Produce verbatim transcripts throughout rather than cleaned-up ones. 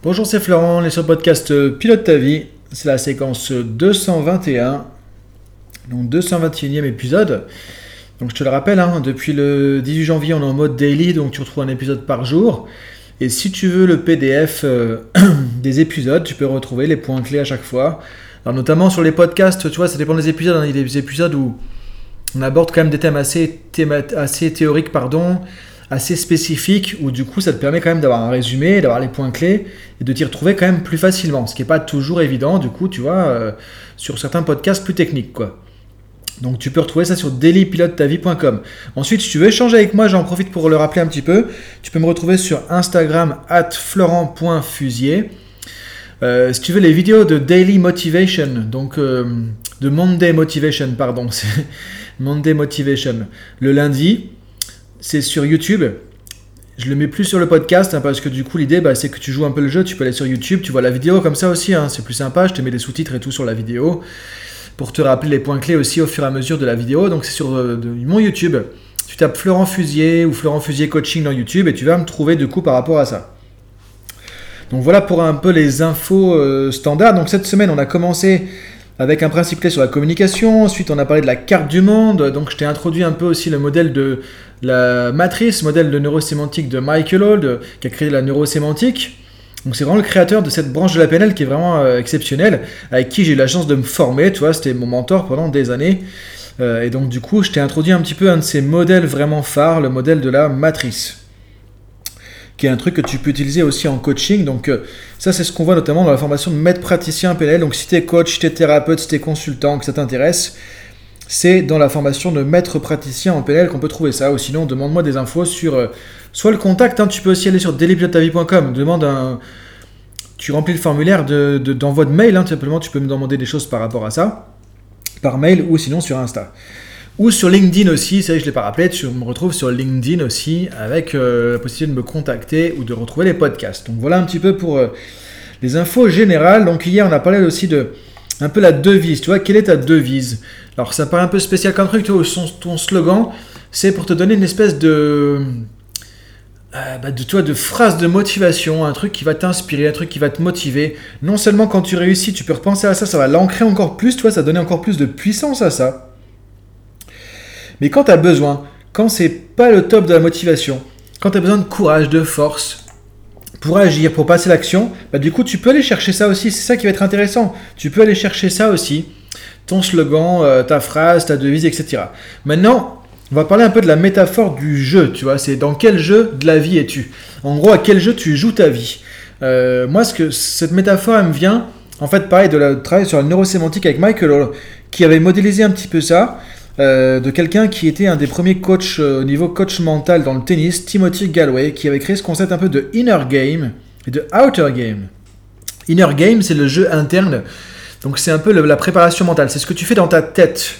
Bonjour, c'est Florent, on est sur le podcast euh, Pilote ta vie. C'est la séquence deux cent vingt et un, donc deux cent vingt et unième épisode. Donc je te le rappelle, hein, depuis le dix-huit janvier, on est en mode daily, donc tu retrouves un épisode par jour. Et si tu veux le P D F euh, des épisodes, tu peux retrouver les points clés à chaque fois. Alors notamment sur les podcasts, tu vois, ça dépend des épisodes. Hein. Il y a des épisodes où on aborde quand même des thèmes assez, théma- assez théoriques, pardon, assez spécifiques, où du coup ça te permet quand même d'avoir un résumé, d'avoir les points clés et de t'y retrouver quand même plus facilement, ce qui n'est pas toujours évident du coup, tu vois, euh, sur certains podcasts plus techniques, quoi. Donc tu peux retrouver ça sur daily pilote ta vie point com. Ensuite, si tu veux échanger avec moi, j'en profite pour le rappeler un petit peu, tu peux me retrouver sur Instagram arobase florent point fusier. Euh, si tu veux les vidéos de Daily Motivation, donc euh, de Monday Motivation, pardon, c'est Monday Motivation, le lundi, c'est sur YouTube. Je le mets plus sur le podcast hein, parce que du coup l'idée bah, c'est que tu joues un peu le jeu, tu peux aller sur YouTube, tu vois la vidéo comme ça aussi, hein, c'est plus sympa, je te mets des sous-titres et tout sur la vidéo pour te rappeler les points clés aussi au fur et à mesure de la vidéo. Donc c'est sur euh, de, mon YouTube, tu tapes Florent Fusier ou Florent Fusier Coaching dans YouTube et tu vas me trouver du coup par rapport à ça. Donc voilà pour un peu les infos euh, standards. Donc cette semaine on a commencé avec un principe clé sur la communication, ensuite on a parlé de la carte du monde, donc je t'ai introduit un peu aussi le modèle de la matrice, modèle de neurosémantique de Michael Hall, qui a créé la neurosémantique. Donc c'est vraiment le créateur de cette branche de la P N L qui est vraiment euh, exceptionnelle, avec qui j'ai eu la chance de me former, tu vois, c'était mon mentor pendant des années. Euh, et donc du coup, je t'ai introduit un petit peu un de ces modèles vraiment phares, le modèle de la matrice, qui est un truc que tu peux utiliser aussi en coaching. Donc euh, ça, c'est ce qu'on voit notamment dans la formation de maître praticien P N L. Donc si tu es coach, si tu es thérapeute, si tu es consultant, que ça t'intéresse, c'est dans la formation de maître praticien en P N L qu'on peut trouver ça. Ou sinon, demande-moi des infos sur euh, soit le contact, hein, tu peux aussi aller sur daily pilote ta vie point com, demande un... tu remplis le formulaire de, de, d'envoi de mail, hein, tout simplement, tu peux me demander des choses par rapport à ça, par mail ou sinon sur Insta. Ou sur LinkedIn aussi, c'est vrai que je ne l'ai pas rappelé, tu me retrouves sur LinkedIn aussi avec euh, la possibilité de me contacter ou de retrouver les podcasts. Donc voilà un petit peu pour euh, les infos générales. Donc hier on a parlé aussi de un peu la devise, tu vois, quelle est ta devise? Alors ça paraît un peu spécial comme truc, tu vois, son, ton slogan, c'est pour te donner une espèce de... Euh, bah de, tu vois, de phrase de motivation, un truc qui va t'inspirer, un truc qui va te motiver. Non seulement quand tu réussis, tu peux repenser à ça, ça va l'ancrer encore plus, tu vois, ça va donner encore plus de puissance à ça. Mais quand tu as besoin, quand c'est pas le top de la motivation, quand tu as besoin de courage, de force pour agir, pour passer l'action, bah du coup tu peux aller chercher ça aussi, c'est ça qui va être intéressant. Tu peux aller chercher ça aussi, ton slogan, euh, ta phrase, ta devise, et cetera. Maintenant, on va parler un peu de la métaphore du jeu, tu vois, c'est dans quel jeu de la vie es-tu? En gros, à quel jeu tu joues ta vie? euh, Moi, ce que, cette métaphore, elle me vient, en fait, pareil, de la travail sur la neurosémantique avec Michael Hall, qui avait modélisé un petit peu ça. Euh, de quelqu'un qui était un des premiers coachs euh, au niveau coach mental dans le tennis, Timothy Gallwey, qui avait créé ce concept un peu de inner game et de outer game. Inner game, c'est le jeu interne, donc c'est un peu le, la préparation mentale, c'est ce que tu fais dans ta tête.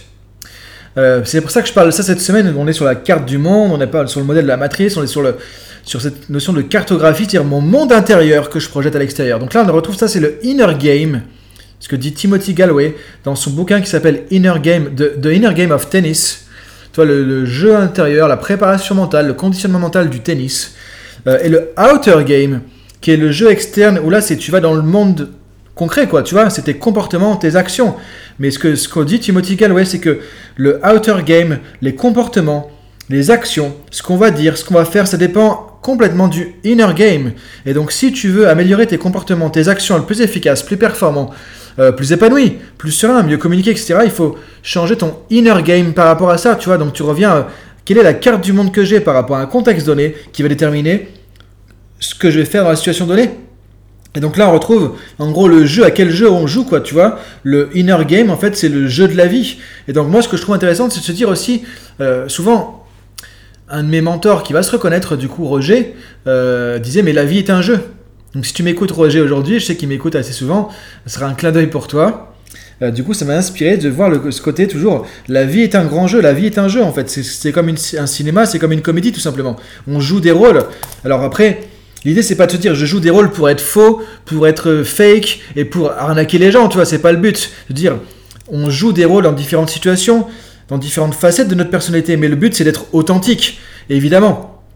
Euh, c'est pour ça que je parle de ça cette semaine. On est sur la carte du monde, on n'est pas sur le modèle de la matrice, on est sur, le, sur cette notion de cartographie, c'est-à-dire mon monde intérieur que je projette à l'extérieur. Donc là, on retrouve ça, c'est le inner game. Ce que dit Timothy Gallwey dans son bouquin qui s'appelle Inner Game, The, The Inner Game of Tennis. Tu vois, le, le jeu intérieur, la préparation mentale, le conditionnement mental du tennis. Euh, et le Outer Game, qui est le jeu externe, où là, c'est tu vas dans le monde concret, quoi. Tu vois, c'est tes comportements, tes actions. Mais ce que ce qu'on dit Timothy Gallwey, c'est que le Outer Game, les comportements, les actions, ce qu'on va dire, ce qu'on va faire, ça dépend complètement du Inner Game. Et donc, si tu veux améliorer tes comportements, tes actions, être plus efficace, plus performant, Euh, plus épanoui, plus serein, mieux communiquer, et cetera. Il faut changer ton inner game par rapport à ça, tu vois. Donc tu reviens, à quelle est la carte du monde que j'ai par rapport à un contexte donné qui va déterminer ce que je vais faire dans la situation donnée. Et donc là, on retrouve en gros le jeu, à quel jeu on joue, quoi, tu vois. Le inner game, en fait, c'est le jeu de la vie. Et donc moi, ce que je trouve intéressant, c'est de se dire aussi, euh, souvent, un de mes mentors qui va se reconnaître, du coup, Roger, euh, disait, mais la vie est un jeu. Donc si tu m'écoutes Roger aujourd'hui, je sais qu'il m'écoute assez souvent, ce sera un clin d'œil pour toi. Euh, du coup, ça m'a inspiré de voir le, ce côté toujours, la vie est un grand jeu, la vie est un jeu en fait. C'est, c'est comme une, un cinéma, c'est comme une comédie tout simplement. On joue des rôles. Alors après, l'idée c'est pas de se dire je joue des rôles pour être faux, pour être fake et pour arnaquer les gens, tu vois, c'est pas le but. De dire on joue des rôles dans différentes situations, dans différentes facettes de notre personnalité, mais le but c'est d'être authentique. Et évidemment,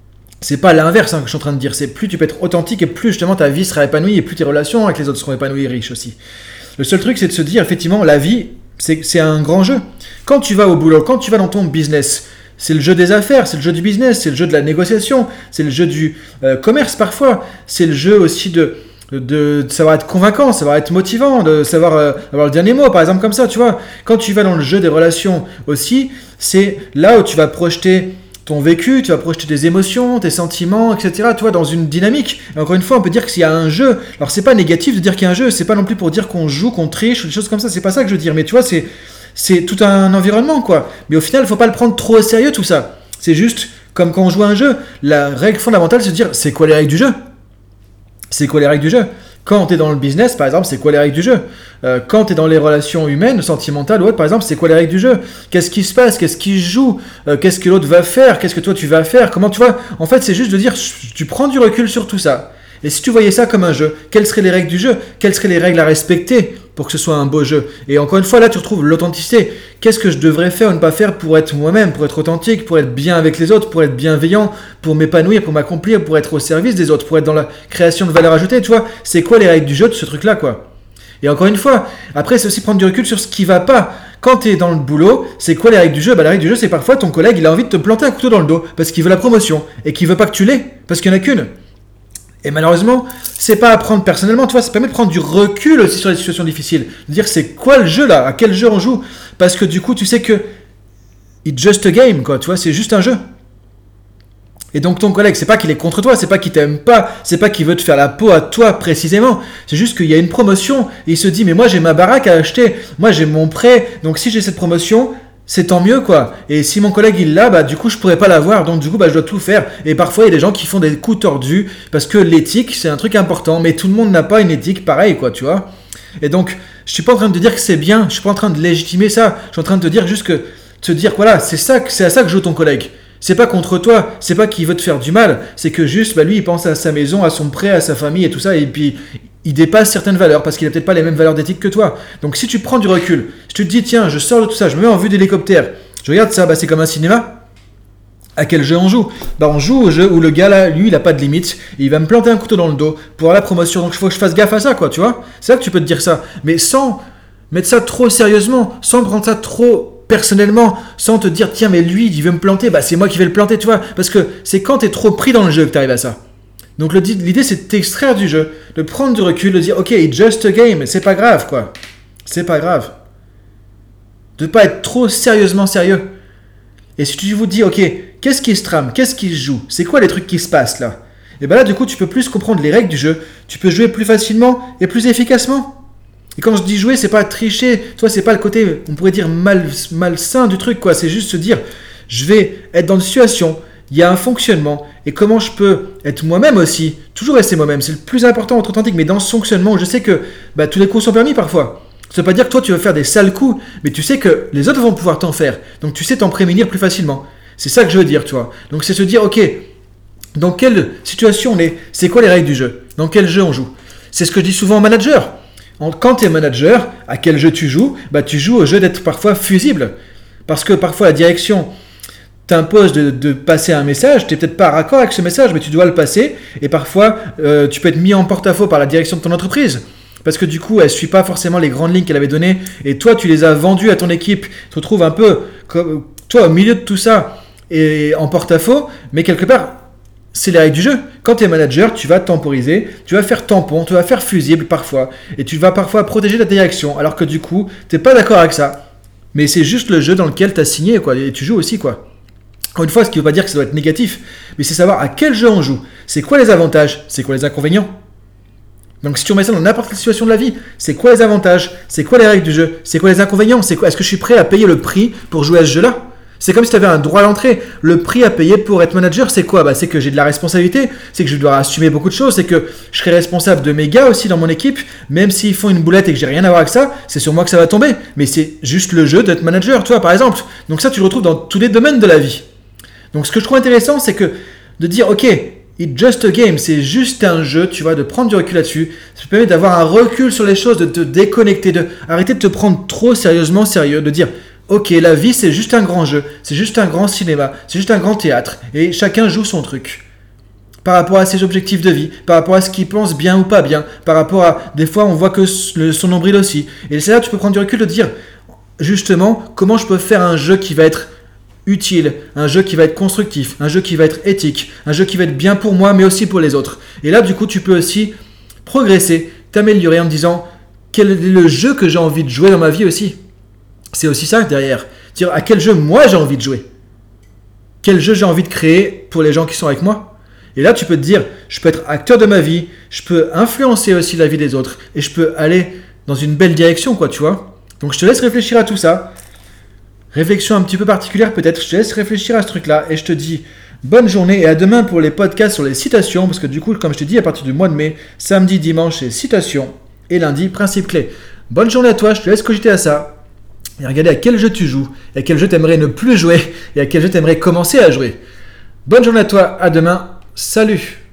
C'est pas l'inverse hein, que je suis en train de dire, c'est plus tu peux être authentique et plus justement ta vie sera épanouie et plus tes relations avec les autres seront épanouies et riches aussi. Le seul truc c'est de se dire effectivement la vie c'est, c'est un grand jeu. Quand tu vas au boulot, quand tu vas dans ton business, c'est le jeu des affaires, c'est le jeu du business, c'est le jeu de la négociation, c'est le jeu du euh, commerce parfois, c'est le jeu aussi de, de, de savoir être convaincant, savoir être motivant, de savoir euh, avoir le dernier mot par exemple comme ça, tu vois. Quand tu vas dans le jeu des relations aussi, c'est là où tu vas projeter ton vécu, tu vas projeter des émotions, tes sentiments, et cetera. Tu vois, dans une dynamique. Et encore une fois, on peut dire que s'il y a un jeu, alors c'est pas négatif de dire qu'il y a un jeu, c'est pas non plus pour dire qu'on joue, qu'on triche ou des choses comme ça, c'est pas ça que je veux dire. Mais tu vois, c'est, c'est tout un environnement, quoi. Mais au final, il faut pas le prendre trop au sérieux, tout ça. C'est juste comme quand on joue à un jeu. La règle fondamentale, c'est de dire, c'est quoi les règles du jeu ? C'est quoi les règles du jeu ? Quand tu es dans le business, par exemple, c'est quoi les règles du jeu ? euh, Quand tu es dans les relations humaines, sentimentales ou autres, par exemple, c'est quoi les règles du jeu ? Qu'est-ce qui se passe ? Qu'est-ce qui se joue ? euh, Qu'est-ce que l'autre va faire ? Qu'est-ce que toi tu vas faire ? Comment tu vois ? En fait, c'est juste de dire, tu prends du recul sur tout ça. Et si tu voyais ça comme un jeu, quelles seraient les règles du jeu ? Quelles seraient les règles à respecter pour que ce soit un beau jeu ? Et encore une fois, là, tu retrouves l'authenticité. Qu'est-ce que je devrais faire ou ne pas faire pour être moi-même, pour être authentique, pour être bien avec les autres, pour être bienveillant, pour m'épanouir, pour m'accomplir, pour être au service des autres, pour être dans la création de valeur ajoutée, tu vois ? C'est quoi les règles du jeu de ce truc-là, quoi ? Et encore une fois, après, c'est aussi prendre du recul sur ce qui va pas. Quand tu es dans le boulot, c'est quoi les règles du jeu ? Bah, la règle du jeu, c'est parfois ton collègue, il a envie de te planter un couteau dans le dos parce qu'il veut la promotion et qu'il veut pas que tu l'aies parce qu'il n'y en a qu'une. Et malheureusement, c'est pas à prendre personnellement, tu vois, ça permet de prendre du recul aussi sur les situations difficiles. De dire c'est quoi le jeu là, à quel jeu on joue ? Parce que du coup, tu sais que it's just a game, quoi, tu vois, c'est juste un jeu. Et donc ton collègue, c'est pas qu'il est contre toi, c'est pas qu'il t'aime pas, c'est pas qu'il veut te faire la peau à toi précisément, c'est juste qu'il y a une promotion, et il se dit, mais moi j'ai ma baraque à acheter, moi j'ai mon prêt, donc si j'ai cette promotion, c'est tant mieux quoi. Et si mon collègue il l'a, bah du coup je pourrais pas l'avoir, donc du coup bah je dois tout faire. Et parfois il y a des gens qui font des coups tordus parce que l'éthique c'est un truc important, mais tout le monde n'a pas une éthique pareille quoi, tu vois. Et donc je suis pas en train de te dire que c'est bien, je suis pas en train de légitimer ça, je suis en train de te dire juste que te dire voilà c'est ça, c'est à ça que joue ton collègue. C'est pas contre toi, c'est pas qu'il veut te faire du mal, c'est que juste bah lui il pense à sa maison, à son prêt, à sa famille et tout ça, et puis il dépasse certaines valeurs parce qu'il a peut-être pas les mêmes valeurs d'éthique que toi. Donc si tu prends du recul, je te dis tiens, je sors de tout ça, je me mets en vue d'hélicoptère, je regarde ça, bah c'est comme un cinéma. À quel jeu on joue ? Bah on joue au jeu où le gars là, lui il a pas de limite, et il va me planter un couteau dans le dos pour avoir la promotion, donc il faut que je fasse gaffe à ça quoi, tu vois ? C'est là que tu peux te dire ça, mais sans mettre ça trop sérieusement, sans prendre ça trop personnellement, sans te dire tiens mais lui il veut me planter, bah c'est moi qui vais le planter, tu vois ? Parce que c'est quand t'es trop pris dans le jeu que t'arrives à ça. Donc le, l'idée c'est de t'extraire du jeu, de prendre du recul, de dire ok, it's just a game, c'est pas grave quoi. C'est pas grave. De pas être trop sérieusement sérieux. Et si tu vous dis ok, qu'est-ce qui se trame, qu'est-ce qui se joue, c'est quoi les trucs qui se passent là ? Et bien là du coup tu peux plus comprendre les règles du jeu, tu peux jouer plus facilement et plus efficacement. Et quand je dis jouer, c'est pas tricher, tu vois, c'est pas le côté, on pourrait dire mal, malsain du truc quoi, c'est juste se dire je vais être dans une situation, il y a un fonctionnement, et comment je peux être moi-même aussi, toujours rester moi-même, c'est le plus important, être authentique, mais dans ce fonctionnement où je sais que bah, tous les coups sont permis parfois. Ça veut pas dire que toi tu vas faire des sales coups, mais tu sais que les autres vont pouvoir t'en faire, donc tu sais t'en prémunir plus facilement. C'est ça que je veux dire, tu vois. Donc c'est se dire, ok, dans quelle situation on est, c'est quoi les règles du jeu, dans quel jeu on joue. C'est ce que je dis souvent aux managers. Quand tu es manager, à quel jeu tu joues ? Bah tu joues au jeu d'être parfois fusible, parce que parfois la direction t'impose de, de passer un message, tu n'es peut-être pas raccord avec ce message, mais tu dois le passer, et parfois euh, tu peux être mis en porte-à-faux par la direction de ton entreprise, parce que du coup elle ne suit pas forcément les grandes lignes qu'elle avait données, et toi tu les as vendues à ton équipe, tu te retrouves un peu comme toi au milieu de tout ça, et en porte-à-faux, mais quelque part c'est les règles du jeu. Quand tu es manager, tu vas temporiser, tu vas faire tampon, tu vas faire fusible parfois, et tu vas parfois protéger ta direction, alors que du coup tu n'es pas d'accord avec ça, mais c'est juste le jeu dans lequel tu as signé, quoi, et tu joues aussi quoi. Encore une fois, ce qui ne veut pas dire que ça doit être négatif, mais c'est savoir à quel jeu on joue. C'est quoi les avantages ? C'est quoi les inconvénients ? Donc si tu remets ça dans n'importe quelle situation de la vie, c'est quoi les avantages ? C'est quoi les règles du jeu ? C'est quoi les inconvénients ? C'est quoi ? Est-ce que je suis prêt à payer le prix pour jouer à ce jeu-là ? C'est comme si tu avais un droit à l'entrée. Le prix à payer pour être manager, c'est quoi ? Bah, c'est que j'ai de la responsabilité, c'est que je dois assumer beaucoup de choses, c'est que je serai responsable de mes gars aussi dans mon équipe, même s'ils font une boulette et que j'ai rien à voir avec ça, c'est sur moi que ça va tomber. Mais c'est juste le jeu d'être manager, tu vois, par exemple. Donc ça, tu le retrouves dans tous les domaines de la vie. Donc ce que je trouve intéressant, c'est que de dire, ok, it's just a game, c'est juste un jeu, tu vois, de prendre du recul là-dessus, ça te permet d'avoir un recul sur les choses, de te déconnecter, de arrêter de te prendre trop sérieusement sérieux, de dire, ok, la vie c'est juste un grand jeu, c'est juste un grand cinéma, c'est juste un grand théâtre, et chacun joue son truc. par rapport à ses objectifs de vie, par rapport à ce qu'il pense bien ou pas bien, par rapport à... Des fois, on voit que le, son nombril aussi. Et c'est là que tu peux prendre du recul de dire, justement, comment je peux faire un jeu qui va être utile, un jeu qui va être constructif, un jeu qui va être éthique, un jeu qui va être bien pour moi, mais aussi pour les autres. Et là, du coup, tu peux aussi progresser, t'améliorer en te disant, quel est le jeu que j'ai envie de jouer dans ma vie aussi. C'est aussi ça derrière. Dire à quel jeu moi j'ai envie de jouer. Quel jeu j'ai envie de créer pour les gens qui sont avec moi. Et là, tu peux te dire, je peux être acteur de ma vie, je peux influencer aussi la vie des autres, et je peux aller dans une belle direction, quoi, tu vois. Donc, je te laisse réfléchir à tout ça. Réflexion un petit peu particulière peut-être, je te laisse réfléchir à ce truc-là, et je te dis bonne journée, et à demain pour les podcasts sur les citations, parce que du coup, comme je te dis, à partir du mois de mai, samedi, dimanche, c'est citations, et lundi, principe clé. Bonne journée à toi, je te laisse cogiter à ça, et regarder à quel jeu tu joues, et à quel jeu tu aimerais ne plus jouer, et à quel jeu tu aimerais commencer à jouer. Bonne journée à toi, à demain, salut!